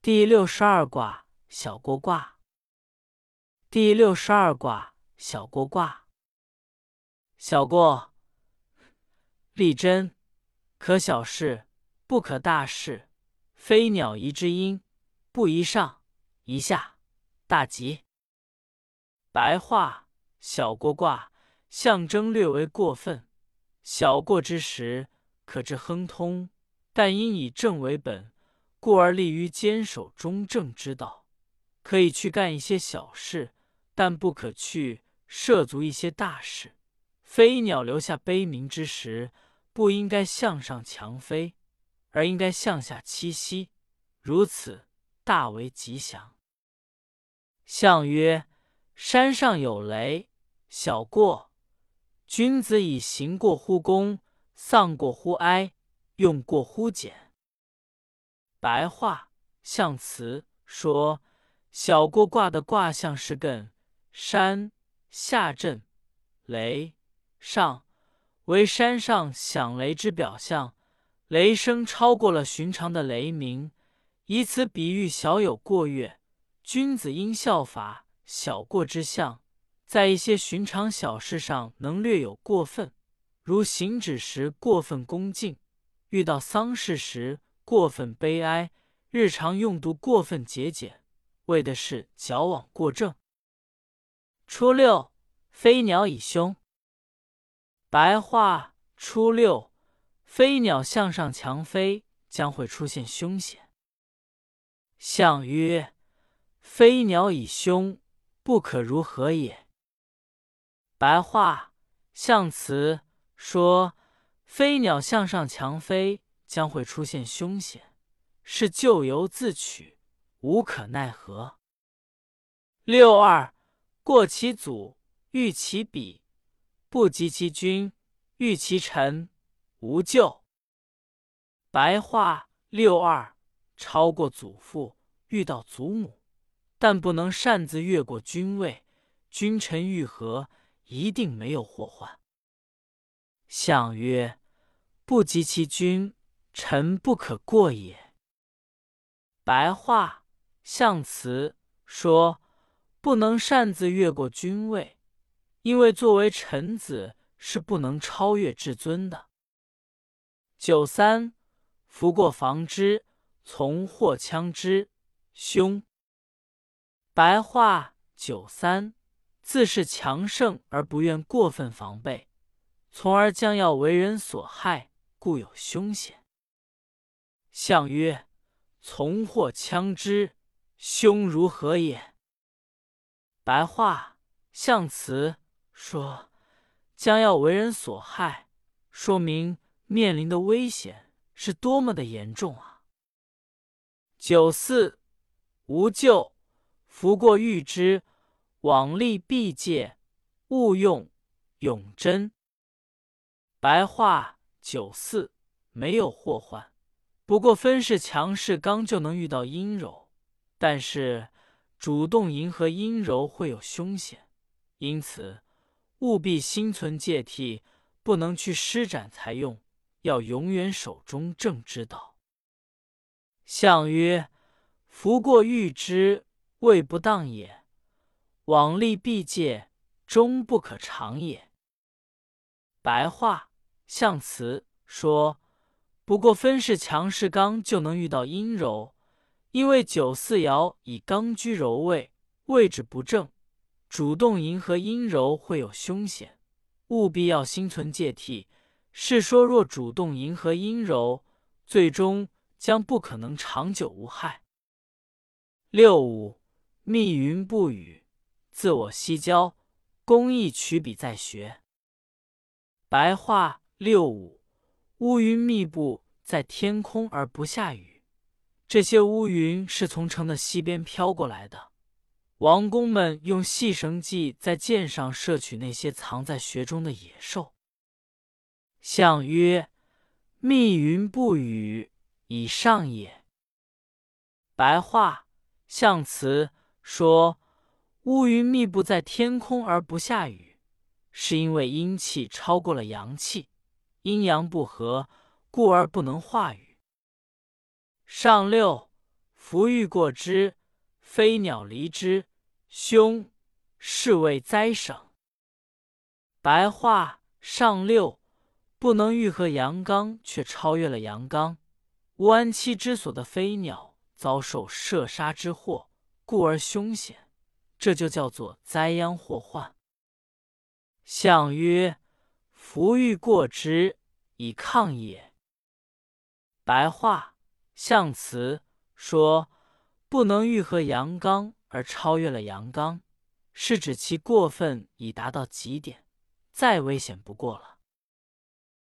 第62卦小过卦。第62卦小过卦。小过，立贞，可小事，不可大事。飞鸟宜之音，不宜上，宜下，大吉。白话：小过卦象征略为过分，小过之时可致亨通，但应以正为本，故而立于坚守中正之道。可以去干一些小事，但不可去涉足一些大事。飞鸟留下悲鸣之时，不应该向上强飞，而应该向下栖息，如此大为吉祥。象曰：山上有雷，小过。君子以行过乎恭，丧过乎哀，用过乎简。白话：象辞说，小过卦的卦象是艮、山、下震、雷、上，为山上响雷之表象，雷声超过了寻常的雷鸣，以此比喻小有过越。君子应效法小过之象，在一些寻常小事上能略有过分，如行止时过分恭敬，遇到丧事时过分悲哀，日常用度过分节俭，为的是矫枉过正。初六，飞鸟以凶。白话：初六，飞鸟向上强飞，将会出现凶险。象曰：飞鸟以凶，不可如何也。白话：象辞说，飞鸟向上强飞将会出现凶险，是咎由自取，无可奈何。62，过其祖，遇其彼，不及其君，遇其臣，无咎。白话：62，超过祖父，遇到祖母，但不能擅自越过君位，君臣遇合，一定没有祸患。象曰：不及其君，臣不可过也。白话：象辞说，不能擅自越过君位，因为作为臣子是不能超越至尊的。93，拂过防之，从获羌之，凶。白话：93，自是强盛而不愿过分防备，从而将要为人所害，故有凶险。象曰：从获羌之，凶如何也？白话：象辞说，将要为人所害，说明面临的危险是多么的严重啊。94，无咎，拂过遇之，往利必戒，勿用，永贞。白话：94，没有祸患，不过分是强势刚就能遇到阴柔，但是主动迎合阴柔会有凶险，因此务必心存芥蒂，不能去施展才用，要永远守中正之道。象曰：拂过遇之，谓不当也；往利必戒，终不可长也。白话：象辞说，不过分是强势刚就能遇到阴柔，因为94爻以刚居柔位，位置不正，主动迎合阴柔会有凶险，务必要心存芥蒂。是说若主动迎合阴柔，最终将不可能长久无害。65，密云不语，自我西郊，公亦取彼在学。白话：65，乌云密布在天空而不下雨，这些乌云是从城的西边飘过来的。王公们用细绳系在箭上，摄取那些藏在穴中的野兽。象曰：密云不雨，以上也。白话：象辞说，乌云密布在天空而不下雨，是因为阴气超过了阳气，阴阳不和，故而不能化雨。上六， 夫欲过之，飞鸟离之，凶，是谓灾省。白话上六，不能御合阳刚，却超越了阳刚。无安栖之所的飞鸟遭受射杀之祸，故而凶险，这就叫做灾殃祸患。象曰：夫欲过之，以抗也。白话象辞说，不能御合阳刚而超越了阳刚，是指其过分已达到极点，再危险不过了。